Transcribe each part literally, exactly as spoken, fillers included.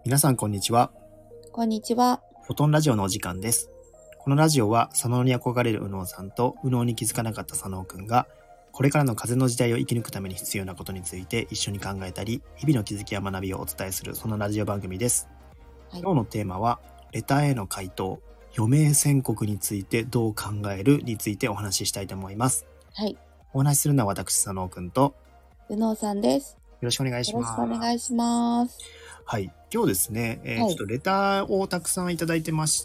皆さんこんにちは。 こんにちは。 フォトンラジオのお時間です。このラジオは左脳に憧れる右脳さんと右脳に気づかなかった左脳くんがこれからの風の時代を生き抜くために必要なことについて一緒に考えたり、日々の気づきや学びをお伝えするそのラジオ番組です。はい、今日のテーマはレターへの回答、余命宣告についてどう考えるについてお話ししたいと思います。 はい。 お話しするのは私左脳くんと右脳さんです。 よろしくお願いします。 よろしくお願いします。 はい、今日ですね、えーはい、ちょっとレターをたくさんいただいてまして、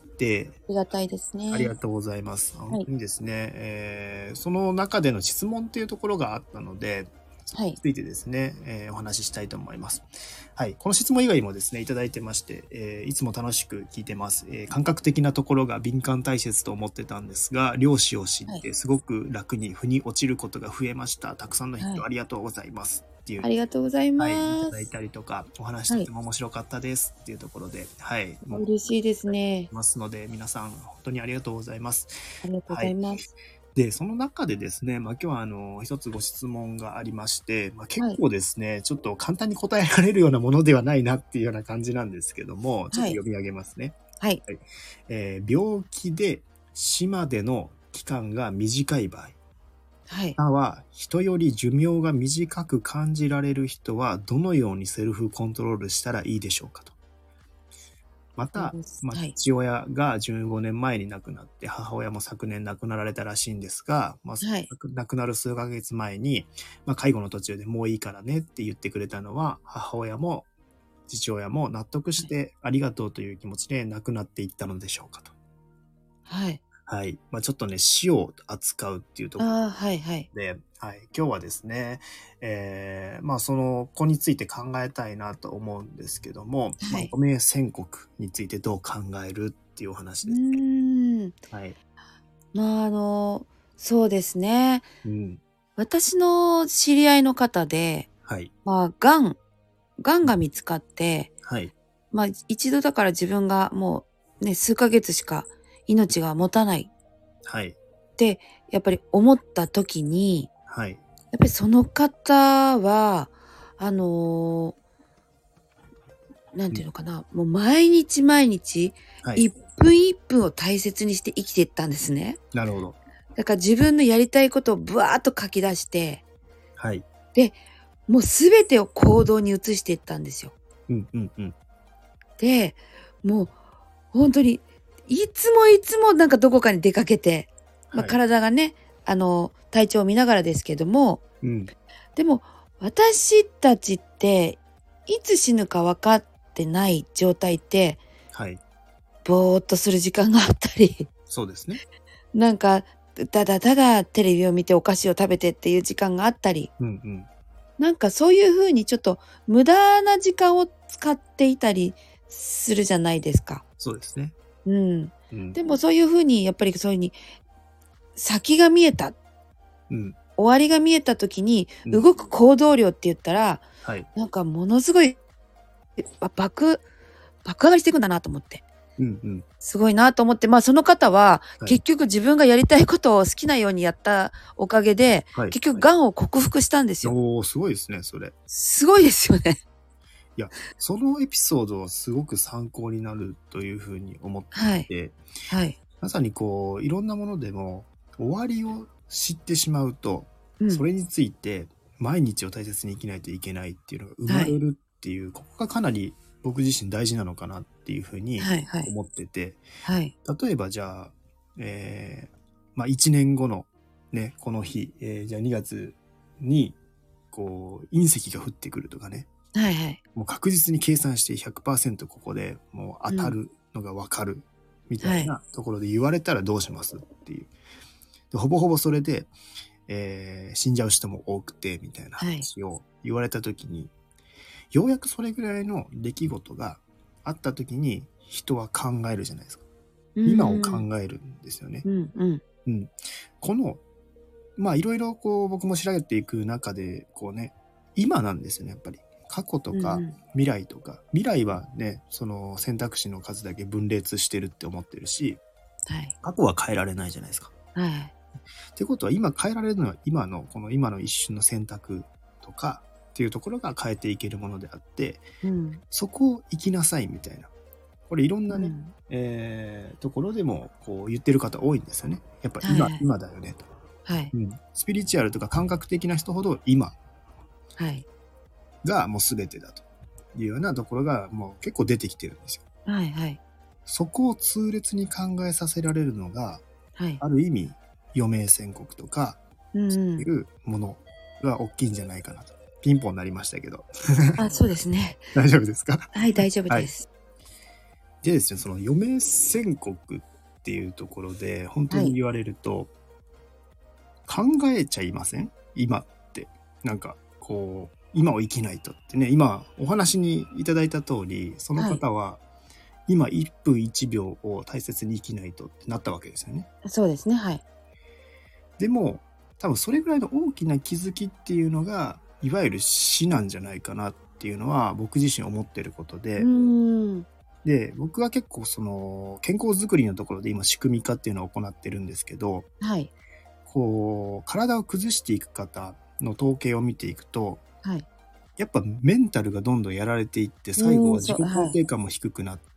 ありがたいですね。 ありがとうございます。本当にですね、はい、えー、その中での質問っていうところがあったので、それについてですね、はい、えー、お話ししたいと思います。はい、この質問以外もですね、いただいてまして、えー、いつも楽しく聞いてます、えー。感覚的なところが敏感大切と思ってたんですが、量子を知ってすごく楽に腑に落ちることが増えました。たくさんの人ありがとうございます。はいっていうありがとうございます。 はい、いただいたりとか、お話とても面白かったですっていうところで、はい。 はい、嬉しいですね。 ますので、皆さん本当にありがとうございます。 ありがとうございます。 はい、で、その中でですね、まあ今日はあの、一つご質問がありまして、まあ結構ですね、はい、ちょっと簡単に答えられるようなものではないなっていうような感じなんですけども、ちょっと読み上げますね。 はい。 はいえー、病気で死までの期間が短い場合、 はい、 は人より寿命が短く感じられる人はどのようにセルフコントロールしたらいいでしょうかと。また、まあ、父親がじゅうごねんまえに亡くなって母親も昨年亡くなられたらしいんですが、まあはい、亡くなる数ヶ月前に、まあ、介護の途中でもういいからねって言ってくれたのは母親も父親も納得してありがとうという気持ちで亡くなっていったのでしょうかと。 はい。 はい。まあ、ちょっとね、死を扱うっていうところで、 はいはい、 はい。今日はですね、えー、まあ、その子について考えたいなと思うんですけども、はいまあ、余命宣告についてどう考えるっていうお話ですね。 うーん。 はい。 まあ、あの、そうですね。 うん。 私の知り合いの方で、 はい。 まあ、がん、がんが見つかって、 はい。 まあ、一度だから自分がもうね、数ヶ月しか命が持たない。 はい。 ってやっぱり思った時に、 はい。 やっぱりその方はあのー、なんていうのかな、うん、もう毎日毎日一分一分を大切にして生きていったんですね。 なるほど。 だから自分のやりたいことをブワーッと書き出して、 はい。 で、もうすべてを行動に移していったんですよ。 うんうんうん。 で、もう本当にいつもいつもなんかどこかに出かけて。まあ、体がね、はい、あの体調を見ながらですけども、 うん、 でも私たちっていつ死ぬか分かってない状態って、 はい、 ぼーっとする時間があったり、 そうですね。 なんかただただテレビを見てお菓子を食べてっていう時間があったり、 うんうん、 なんかそういう風にちょっと無駄な時間を使っていたりするじゃないですか。 そうですね。 うん。うん、でもそういう風にやっぱりそういう風に先が見えた、うん、終わりが見えた時に動く行動量って言ったら、うんはい、なんかものすごい爆爆上がりしていくんだなと思って、うんうん、すごいなと思って、まあその方は結局自分がやりたいことを好きなようにやったおかげで、はい、結局癌を克服したんですよ。 おー、すごいですねそれ。 すごいですよね。 いや、そのエピソードはすごく参考になるというふうに思っていて、はいはい、まさにこういろんなものでも終わりを知ってしまうと、うん、それについて毎日を大切に生きないといけないっていうのが生まれるっていう、はい、ここがかなり僕自身大事なのかなっていうふうに思ってて、はいはい、例えばじゃあ、えーまあ、いちねんごのねこの日、えー、じゃあにがつにこう隕石が降ってくるとかね、はいはい、もう確実に計算して ひゃくパーセント ここでもう当たるのが分かるみたいなところで言われたらどうしますっていう。でほぼほぼそれで、えー、死んじゃう人も多くてみたいな話を言われた時に、はい、ようやくそれぐらいの出来事があった時に人は考えるじゃないですか。今を考えるんですよね。うんうんうん、このまあいろいろこう僕も調べていく中でこうね今なんですよねやっぱり。過去とか未来とか、うんうん、未来はねその選択肢の数だけ分裂してるって思ってるし、はい、過去は変えられないじゃないですか。はい、ってことは今変えられるのは今のこの今の一瞬の選択とかっていうところが変えていけるものであって、 うん、 そこを生きなさいみたいな。これいろんなね、うん、えー、ところでもこう言ってる方多いんですよね。やっぱ今、はいはい、今だよねと、 はいうん。スピリチュアルとか感覚的な人ほど今がもう全てだというようなところがもう結構出てきてるんですよ。 はいはい、 そこを痛烈に考えさせられるのが、はい、ある意味余命宣告とか、うん、そういうものが大きいんじゃないかなと。ピンポンになりましたけど。 あ、そうですね。 大丈夫ですか？ はい、大丈夫です。 はい、でですね、その余命宣告っていうところで本当に言われると、はい、考えちゃいません？今ってなんかこう今を生きないとってね、今お話にいただいた通り、その方は、はい、今いっぷんいちびょうを大切に生きないとってなったわけですよね。 そうですね、はい。でも多分それぐらいの大きな気づきっていうのがいわゆる死なんじゃないかなっていうのは僕自身思ってることで、 うーんで僕は結構その健康づくりのところで今仕組み化っていうのを行ってるんですけど、 はい、 こう体を崩していく方の統計を見ていくと、 はい、 やっぱメンタルがどんどんやられていって最後は自己肯定感も低くなって、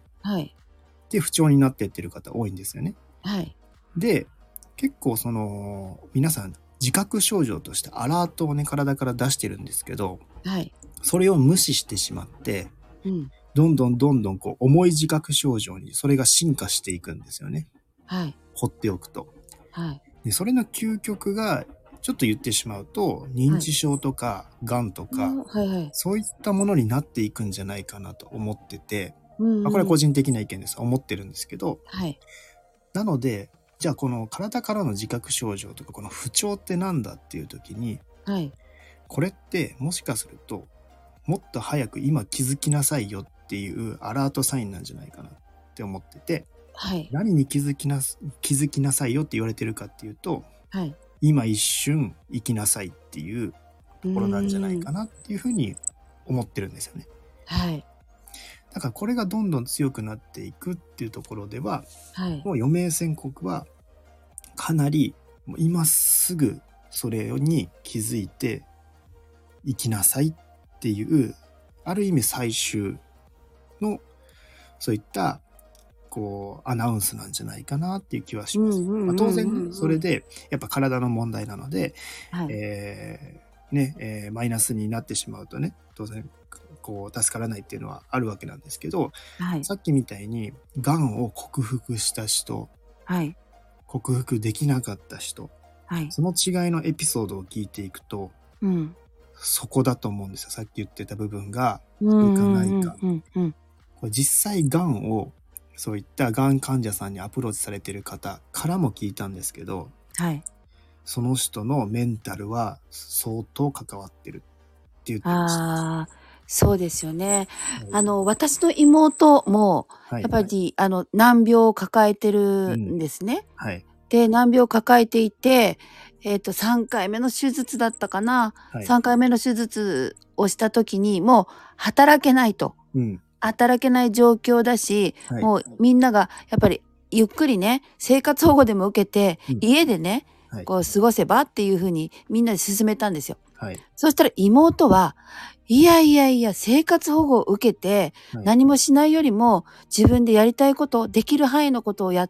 はい、 で不調になっていってる方多いんですよね。 はい、 で結構その皆さん自覚症状としてアラートをね体から出してるんですけど、 はい、 それを無視してしまって、 うん、 どんどんどんどんこう重い自覚症状にそれが進化していくんですよね。 はい、 放っておくと。 はい、 でそれの究極がちょっと言ってしまうと認知症とかがんとか、 はいはい、 そういったものになっていくんじゃないかなと思ってて、 うんうん、 まあ、これは個人的な意見です思ってるんですけど、 はい、 なのでじゃあこの体からの自覚症状とかこの不調ってなんだっていう時に、 はい、 これってもしかするともっと早く今気づきなさいよっていうアラートサインなんじゃないかなって思ってて、 はい、 何に気づきな気づきなさいよって言われてるかっていうと、 はい、 今一瞬生きなさいっていうところなんじゃないかなっていうふうに思ってるんですよね。 はい。 だからこれがどんどん強くなっていくっていうところでは、 はい、 もう余命宣告はかなりもう今すぐそれに気づいて生きなさいっていうある意味最終のそういったこうアナウンスなんじゃないかなっていう気はします。当然ねそれでやっぱ体の問題なので、はい、えー、ね、えー、マイナスになってしまうとね当然こう助からないっていうのはあるわけなんですけど、はい、さっきみたいにがんを克服した人、はい、克服できなかった人、はい、その違いのエピソードを聞いていくと、うん、そこだと思うんですよ。さっき言ってた部分があるかないか。これ実際がんをそういったがん患者さんにアプローチされている方からも聞いたんですけど、はい、その人のメンタルは相当関わってるって言ってました。 あそうですよね。はい、あの、私の妹も、やっぱり、はいはい、あの、難病を抱えてるんですね。うん、はい。で、難病を抱えていて、えっと、さんかいめの手術だったかな。はい、さんかいめの手術をした時に、もう働けないと。うん、働けない状況だし、はい、もうみんなが、やっぱり、ゆっくりね、生活保護でも受けて、うん、家でね、はい、こう過ごせばっていうふうにみんなで勧めたんですよ。はい、そしたら妹は、いやいやいや、生活保護を受けて、何もしないよりも、自分でやりたいこと、できる範囲のことをやって、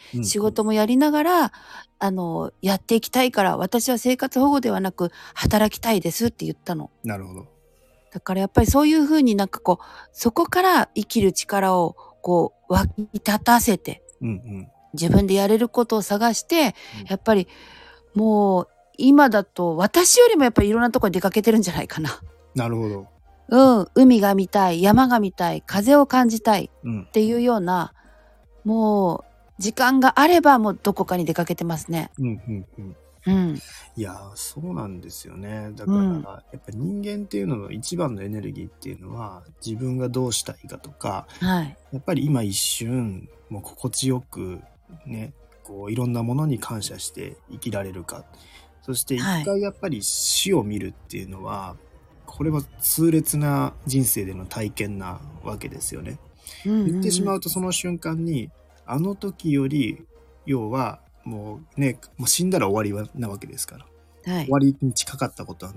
仕事もやりながら、あの、やっていきたいから、私は生活保護ではなく、働きたいですって言ったの。 なるほど。 だからやっぱりそういうふうになんかこう、そこから生きる力を、こう、湧き立たせて、うんうん、自分でやれることを探して、うん、やっぱり、もう、今だと、私よりもやっぱりいろんなところに出かけてるんじゃないかな。 なるほど。 うん、海が見たい、山が見たい、風を感じたいっていうような、うん、もう時間があればもうどこかに出かけてますね。うんうんうんうん、いやそうなんですよね。だから、うん、やっぱり人間っていうのの一番のエネルギーっていうのは自分がどうしたいかとか、はい、やっぱり今一瞬もう心地よくねこういろんなものに感謝して生きられるか、そして一回やっぱり死を見るっていうのは、はい、これは痛烈な人生での体験なわけですよね。うんうんうん、言ってしまうとその瞬間にあの時より要はもうねもう死んだら終わりなわけですから、はい、終わりに近かったことはないっ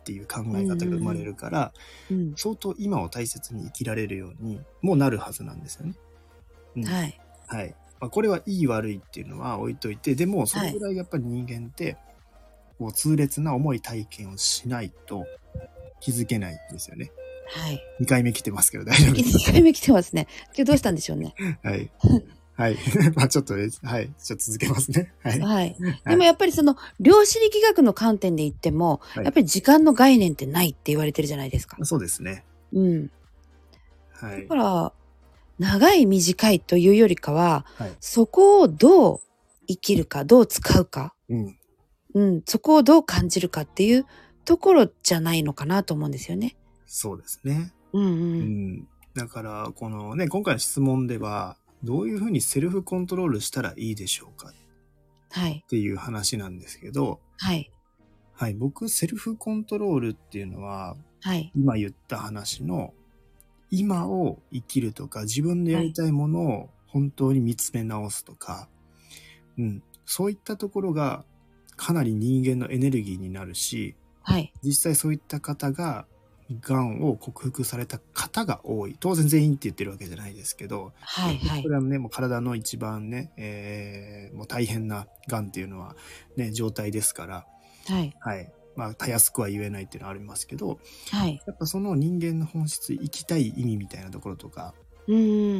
っていう考え方が生まれるから、 うんうんうん、 相当今を大切に生きられるようにもなるはずなんですよね。 うん、はい。 はい。まあ、これはいい悪いっていうのは置いといて、でもそれぐらいやっぱり人間って、こう痛烈な重い体験をしないと気づけないんですよね。 はい。 にかいめ来てますけど大丈夫ですか？ にかいめ来てますね。今日どうしたんでしょうね。 はい。はい。まあちょっとね、はい。ちょっと続けますね。はい。 はい。でもやっぱりその量子力学の観点で言っても、はい、やっぱり時間の概念ってないって言われてるじゃないですか。 そうですね。 うん。 はい。 だから、長い短いというよりかは、 はい、 そこをどう生きるか、どう使うか、 うん。 うん、そこをどう感じるかっていうところじゃないのかなと思うんですよね。 そうですね。 うんうん。うん、だから、このね、今回の質問では、どういうふうにセルフコントロールしたらいいでしょうかっていう話なんですけど、 はい。 はい、僕、セルフコントロールっていうのは、 はい、 今言った話の、今を生きるとか、自分でやりたいものを本当に見つめ直すとか、うん、そういったところがかなり人間のエネルギーになるし、 はい、 実際そういった方が、がんを克服された方が多い。当然全員って言ってるわけじゃないですけど、 はいはい、 これはね、もう体の一番ね、えー、もう大変ながんっていうのはね、状態ですから、 はい。 はい。まあ、たやすくは言えないっていうのはありますけど、 はい。 やっぱその人間の本質、生きたい意味みたいなところとか、 うん。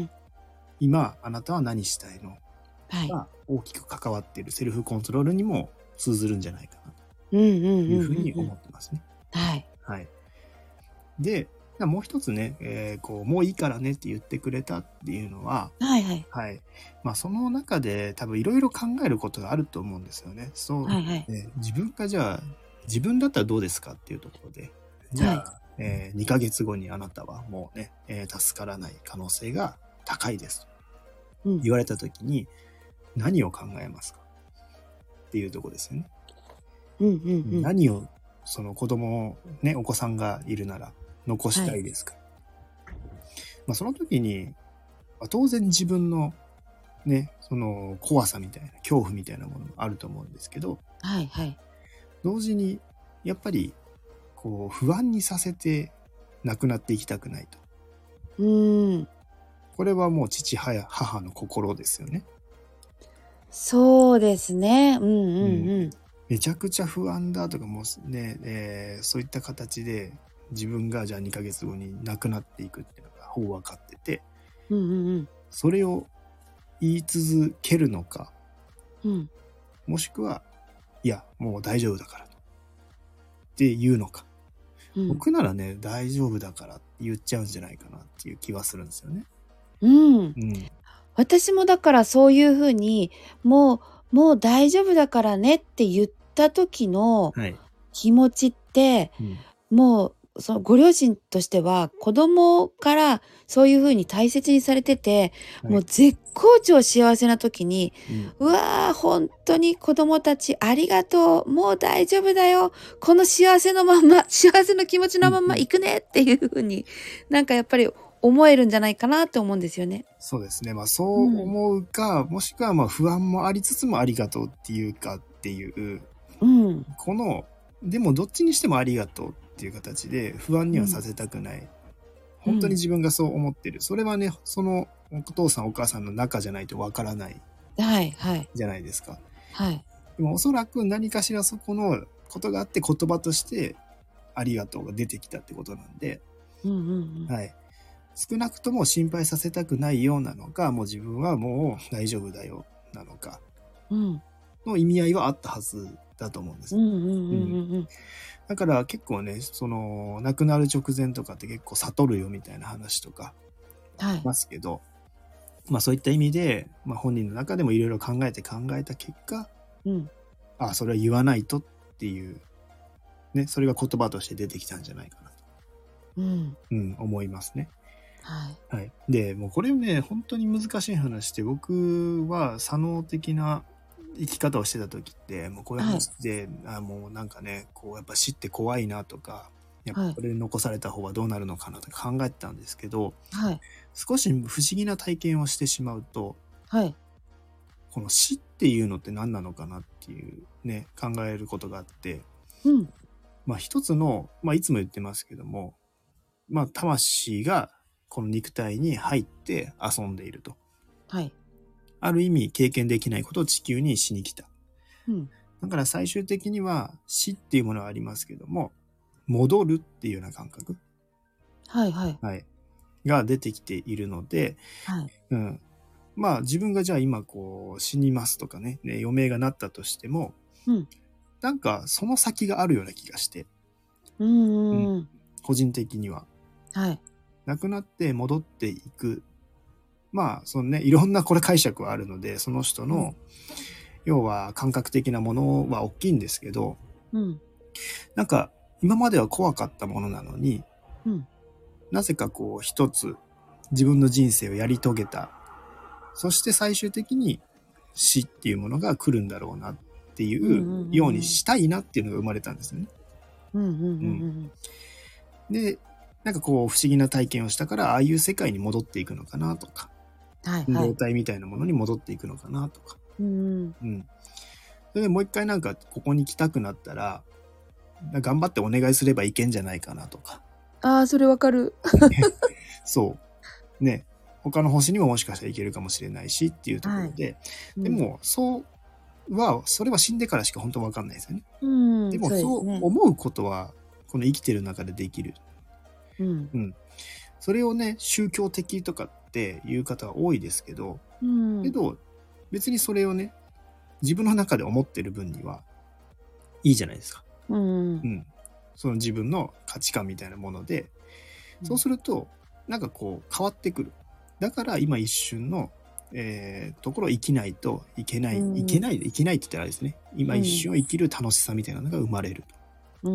今、あなたは何したいのが大きく関わっているセルフコントロールにも通ずるんじゃないかなというふうに思ってますね。 はい。 はい。で、もう一つね、えー、こう、もういいからねって言ってくれたっていうのは、 はいはい。 はい。まあ、その中で多分いろいろ考えることがあると思うんですよね。そう、 はいはい、 ね、自分がじゃあ、自分だったらどうですかっていうところで、じゃあ、はい、えー、にかげつごにあなたはもうね、えー、助からない可能性が高いですと、うん、言われたときに何を考えますかっていうところですよね。 うんうんうん、 何をその子供、ね、お子さんがいるなら残したいですか、はい、まあ、その時に、まあ、当然自分のね、その怖さみたいな恐怖みたいなものもあると思うんですけど、 はいはい、 同時にやっぱりこう不安にさせて亡くなっていきたくないと。 うーん。 これはもう父母の心ですよね。 そうですね。うんうんうん。うん、 めちゃくちゃ不安だとかもうね、えー、そういった形で自分がじゃあにかげつごに亡くなっていくっていうのがほぼ分かってて、 うんうんうん、それを言い続けるのか、 うん、 もしくはいやもう大丈夫だからって言うのか、うん、僕ならね大丈夫だからって言っちゃうんじゃないかなっていう気はするんですよね。 うん、うん、私もだからそういうふうにもうもう大丈夫だからねって言った時の気持ちって、はい、うん、もうそのご両親としては子供からそういうふうに大切にされてて、はい、もう絶好調幸せな時に、うん、うわー本当に子供たちありがとう、もう大丈夫だよ、この幸せのまま幸せの気持ちのまま行くねっていうふうに、うん、なんかやっぱり思えるんじゃないかなって思うんですよね。 そうですね。まあそう思うか、うん、もしくはまあ不安もありつつもありがとうっていうかっていう、うん、このでもどっちにしてもありがとうっていう形で不安にはさせたくない、うん、本当に自分がそう思ってる、それはねそのお父さんお母さんの中じゃないとわからないじゃないですか、 はいはい、 でもおそらく何かしらそこのことがあって言葉としてありがとうが出てきたってことなんで、 うんうんうん、 はい、少なくとも心配させたくないようなのか、もう自分はもう大丈夫だよなのかの意味合いはあったはずだと思うんです。だから結構ね、その亡くなる直前とかって結構悟るよみたいな話とかありますけど、はい、まあそういった意味で、まあ、本人の中でもいろいろ考えて考えた結果、うん、ああそれは言わないとっていうね、それが言葉として出てきたんじゃないかなと、うんうん、思いますね。はいはい、でもうこれね本当に難しい話で、僕は左脳的な生き方をしてた時ってもうこういう話で、はい、あもうなんかねこうやっぱ死って怖いなとか、やっぱこれで残された方はどうなるのかなとか考えてたんですけど、はい、少し不思議な体験をしてしまうと、はい、この死っていうのって何なのかなっていうね考えることがあって、うん、 まあ一つの、まあいつも言ってますけども、まあ魂がこの肉体に入って遊んでいると。 はい。 ある意味経験できないことを地球にしに来た。 うん。 だから最終的には死っていうものはありますけども、戻るっていうような感覚。 はいはい。 はい。が出てきているので、 はい。 うん。まあ自分がじゃあ今こう死にますとかね、ね余命がなったとしても、 うん。 なんかその先があるような気がして。 うんうんうん。 個人的には。 はい。 亡くなって戻っていく。まあ、そのね、いろんなこれ解釈はあるので、その人の、うん、要は感覚的なものは大きいんですけど、 うん、 なんか今までは怖かったものなのに、 うん、 なぜかこう一つ自分の人生をやり遂げた。そして最終的に死っていうものが来るんだろうなっていうようにしたいなっていうのが生まれたんですよね。 うんうんうんうん、 で、なんかこう不思議な体験をしたから、ああいう世界に戻っていくのかなとか、 はいはい、 動体みたいなものに戻っていくのかなとか。 うんうん。それでもう一回なんかここに来たくなったら、頑張ってお願いすればいけんじゃないかなとか。 ああ、それわかる。 そう。ね。他の星にももしかしたらいけるかもしれないしっていうところで、はいうん、でも、そうは、それは死んでからしか本当わかんないですよね。 うん、 でも、そう思うことは、この生きてる中でできる。 うん。 うん。それをね、宗教的とかっていう方は多いですけど、 うん、 けど、別にそれをね、自分の中で思ってる分にはいいじゃないですか。 うん。 うん。その自分の価値観みたいなもので、そうすると、なんかこう変わってくる。だから今一瞬の、えー、ところを生きないといけない、うん、いけない、いけないって言ったらあれですね。今一瞬を生きる楽しさみたいなのが生まれる。 うん、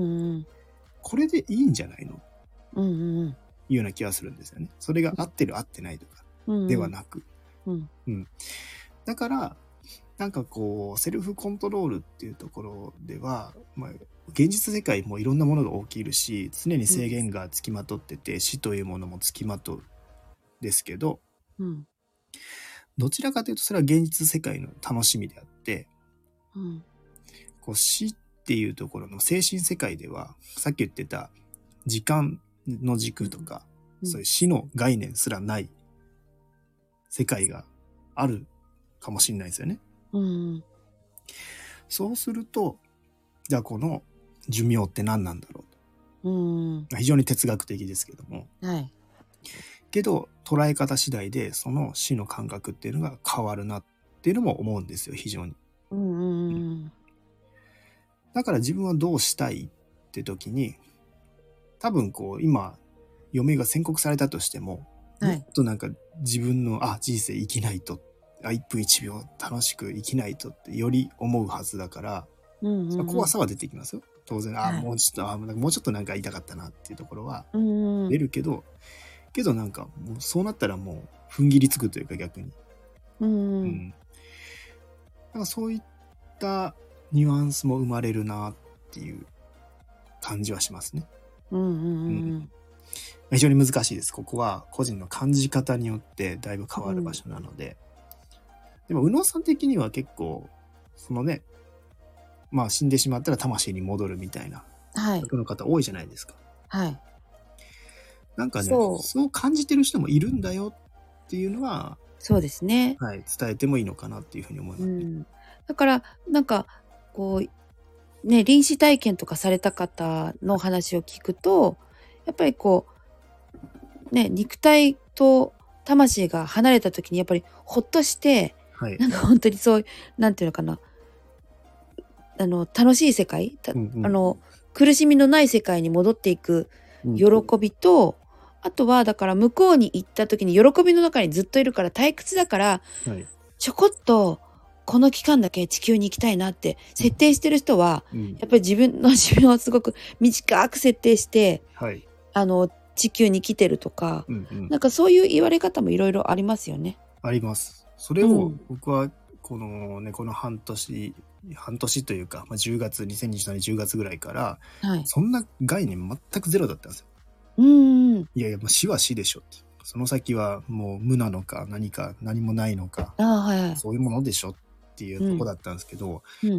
これでいいんじゃないの、 うんうん、 いうような気がするんですよね。それが合ってる合ってないとかではなく。 うんうん、だから、なんかこう、セルフコントロールっていうところでは、まあ、現実世界もいろんなものが起きるし、常に制限がつきまとってて、うん、死というものもつきまとうですけど、 うん、 どちらかというとそれは現実世界の楽しみであって、 うん、 こう死っていうところの精神世界では、さっき言ってた時間の軸とか、うん、そういう死の概念すらない世界があるかもしれないですよね。 うん、 そうすると、じゃあこの寿命って何なんだろうと、 うん、 非常に哲学的ですけども、 はい、 けど捉え方次第でその死の感覚っていうのが変わるなっていうのも思うんですよ、非常に。 うんうんうん、 だから自分はどうしたいって時に、多分こう今余命が宣告されたとしても、はい、もっとなんか自分のあ人生生きないと、あ一分一秒楽しく生きないとってより思うはずだから、うんうんうん、怖さは出てきますよ。当然、あ、はい、もうちょっと、あ、もうちょっとなんか言いたかったなっていうところは出るけど、うんうん、けどなんかもうそうなったらもう踏ん切りつくというか逆に。 うんうんうん、だからそういったニュアンスも生まれるなっていう感じはしますね。 うんうんうんうん非常に難しいです。ここは個人の感じ方によってだいぶ変わる場所なので。うん、でも、宇野さん的には結構、そのね、まあ死んでしまったら魂に戻るみたいな、はい。の方多いじゃないですか。 はい。 なんかねそう、そう感じてる人もいるんだよっていうのは、 そうですね。 はい。伝えてもいいのかなっていうふうに思いますね。うん、 だから、なんか、こう、ね、臨死体験とかされた方の話を聞くと、やっぱりこう、ね、肉体と魂が離れた時にやっぱりほっとして、はい、なんか本当にそうなんていうのかなあの楽しい世界、うんうん、あの苦しみのない世界に戻っていく喜びと、うん、あとはだから向こうに行った時に喜びの中にずっといるから退屈だから、はい、ちょこっとこの期間だけ地球に行きたいなって設定してる人は、うん、やっぱり自分の寿命をすごく短く設定して、はい、あの地球に来てるとか、うんうん、なんかそういう言われ方もいろいろありますよね。 あります。それを僕はこのね、この半年、半年というか、まあ、じゅうがつ、にせんにじゅうななねんじゅうがつぐらいから、はい、そんな概念全くゼロだったんですよ。 うん。 いやいや、もう死は死でしょって。その先はもう無なのか何か何もないのか、 あ、はいはい、 そういうものでしょっていうとこだったんですけど、 うんうん、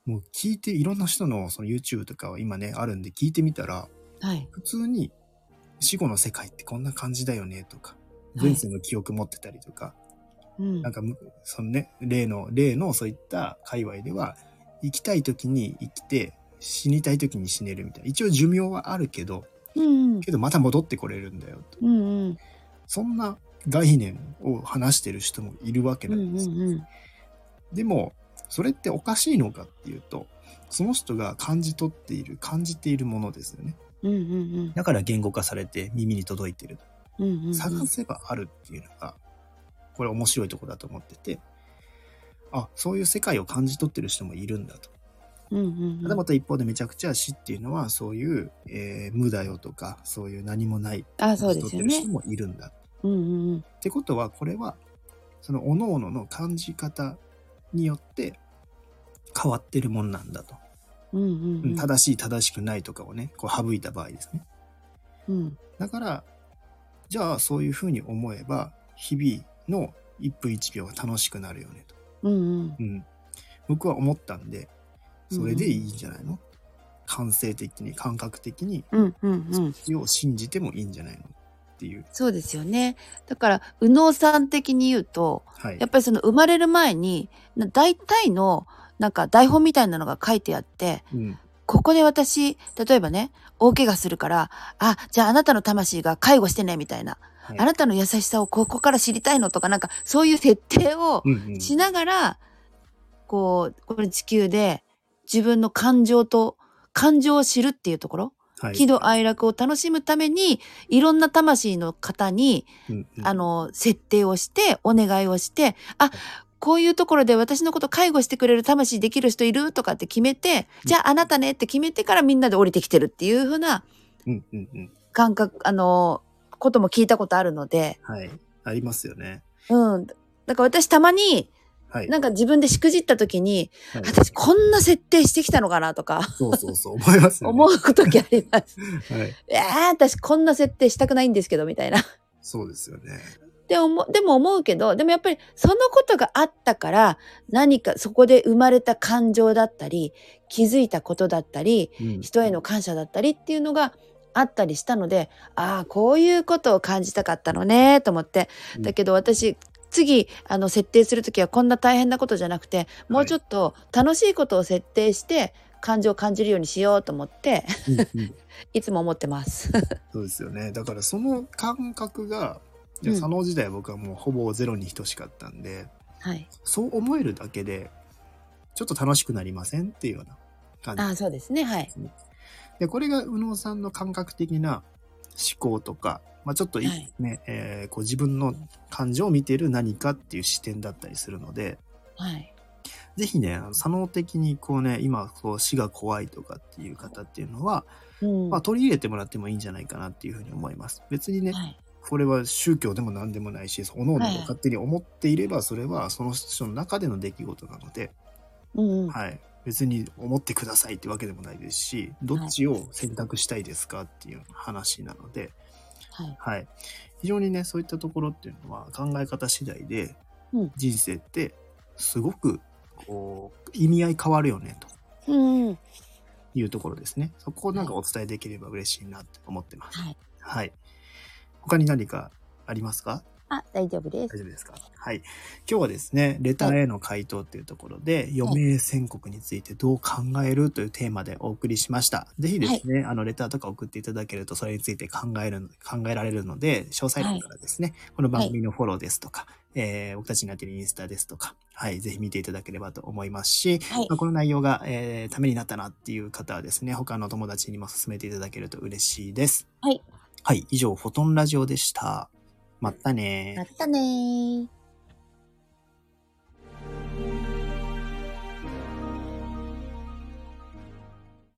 もう聞いて、いろんな人のその YouTube とかは今ね、あるんで聞いてみたら、はい、普通に死後の世界ってこんな感じだよねとか、前世の記憶持ってたりとか、はい、なんか、そのね、例の、例のそういった界隈では、生きたい時に生きて、死にたい時に死ねるみたいな。一応寿命はあるけど、うんうん、けどまた戻ってこれるんだよと、うんうん。そんな概念を話してる人もいるわけなんです。うんうんうん、でも、それっておかしいのかっていうと、その人が感じ取っている、感じているものですよね。うんうんうん、だから言語化されて耳に届いてる。うんうんうん、探せばあるっていうのが、これ面白いところだと思ってて、あ、そういう世界を感じ取ってる人もいるんだと。うんうんうん、ただまた一方でめちゃくちゃ死っていうのはそういう、えー、無だよとかそういう何もない感じ取ってる人もいるんだ。うんうんうん、ってことはこれはその各々の感じ方によって変わってるもんなんだと、うんうんうん、正しい正しくないとかをねこう省いた場合ですね、うん、だからじゃあそういうふうに思えば日々のいっぷんいちびょうが楽しくなるよねと、うんうんうん、僕は思ったんでそれでいいんじゃないの、うん、感性的に感覚的にそっちを信じてもいいんじゃないのっていう。 そうですよね。だから右脳さん的に言うと、はい、やっぱりその生まれる前に大体のなんか台本みたいなのが書いてあって、うん、ここで私例えばね大怪我するからあじゃああなたの魂が介護してねみたいな、はい、あなたの優しさをここから知りたいのとかなんかそういう設定をしながら、うんうん、こうこれ地球で自分の感情と感情を知るっていうところ、はい、喜怒哀楽を楽しむためにいろんな魂の方に、うんうん、あの設定をしてお願いをしてあこういうところで私のこと介護してくれる魂できる人いるとかって決めて、うん、じゃああなたねって決めてからみんなで降りてきてるっていう風な感覚、あのことも聞いたことあるので、 はい、ありますよね。 うん、だから私たまにはい、なんか自分でしくじった時に、はい、私こんな設定してきたのかなとか。 そうそうそう、思いますよね。 思う時あります。はい。えー、私こんな設定したくないんですけど、みたいな。 そうですよね。 でも、でも思うけど、でもやっぱりそのことがあったから、何かそこで生まれた感情だったり、気づいたことだったり、うん、人への感謝だったりっていうのがあったりしたので、ああ、こういうことを感じたかったのね、と思って。だけど私、次、あの、設定するときはこんな大変なことじゃなくて、もうちょっと楽しいことを設定して、感情を感じるようにしようと思って、うんうん、いつも思ってます。 そうですよね。だからその感覚が、じゃあ、左脳時代は僕はもうほぼゼロに等しかったんで、はい、そう思えるだけで、ちょっと楽しくなりませんっていうような感じ、ね。 ああ、そうですね。はい。 で、これが右脳さんの感覚的な思考とか、まあ、ちょっとい、はい、ね、えー、こう自分の感情を見ている何かっていう視点だったりするので、はい、ぜひね、左脳的にこうね、今こう死が怖いとかっていう方っていうのは、うん、まあ、取り入れてもらってもいいんじゃないかなっていうふうに思います。別にね、はい、これは宗教でも何でもないし、各々が勝手に思っていれば、それはその人の中での出来事なので、うん、はい。別に思ってくださいってわけでもないですし、どっちを選択したいですかっていう話なので、はい。はい。非常にね、そういったところっていうのは考え方次第で、人生ってすごくこう意味合い変わるよねというところですね。そこをなんかお伝えできれば嬉しいなって思ってます。はい。はい。他に何かありますか？ あ、大丈夫です。 大丈夫ですか？はい。今日はですね、レターへの回答っていうところで、はい、余命宣告についてどう考えるというテーマでお送りしました。ぜひですね、はい、あの、レターとか送っていただけると、それについて考える、考えられるので、詳細欄からですね、はい、この番組のフォローですとか、はい、えー、僕たちになっているインスタですとか、はい、ぜひ見ていただければと思いますし、はい、まあ、この内容が、えー、ためになったなっていう方はですね、他の友達にも勧めていただけると嬉しいです。はい。はい、以上、フォトンラジオでした。まったねー。 まったねー。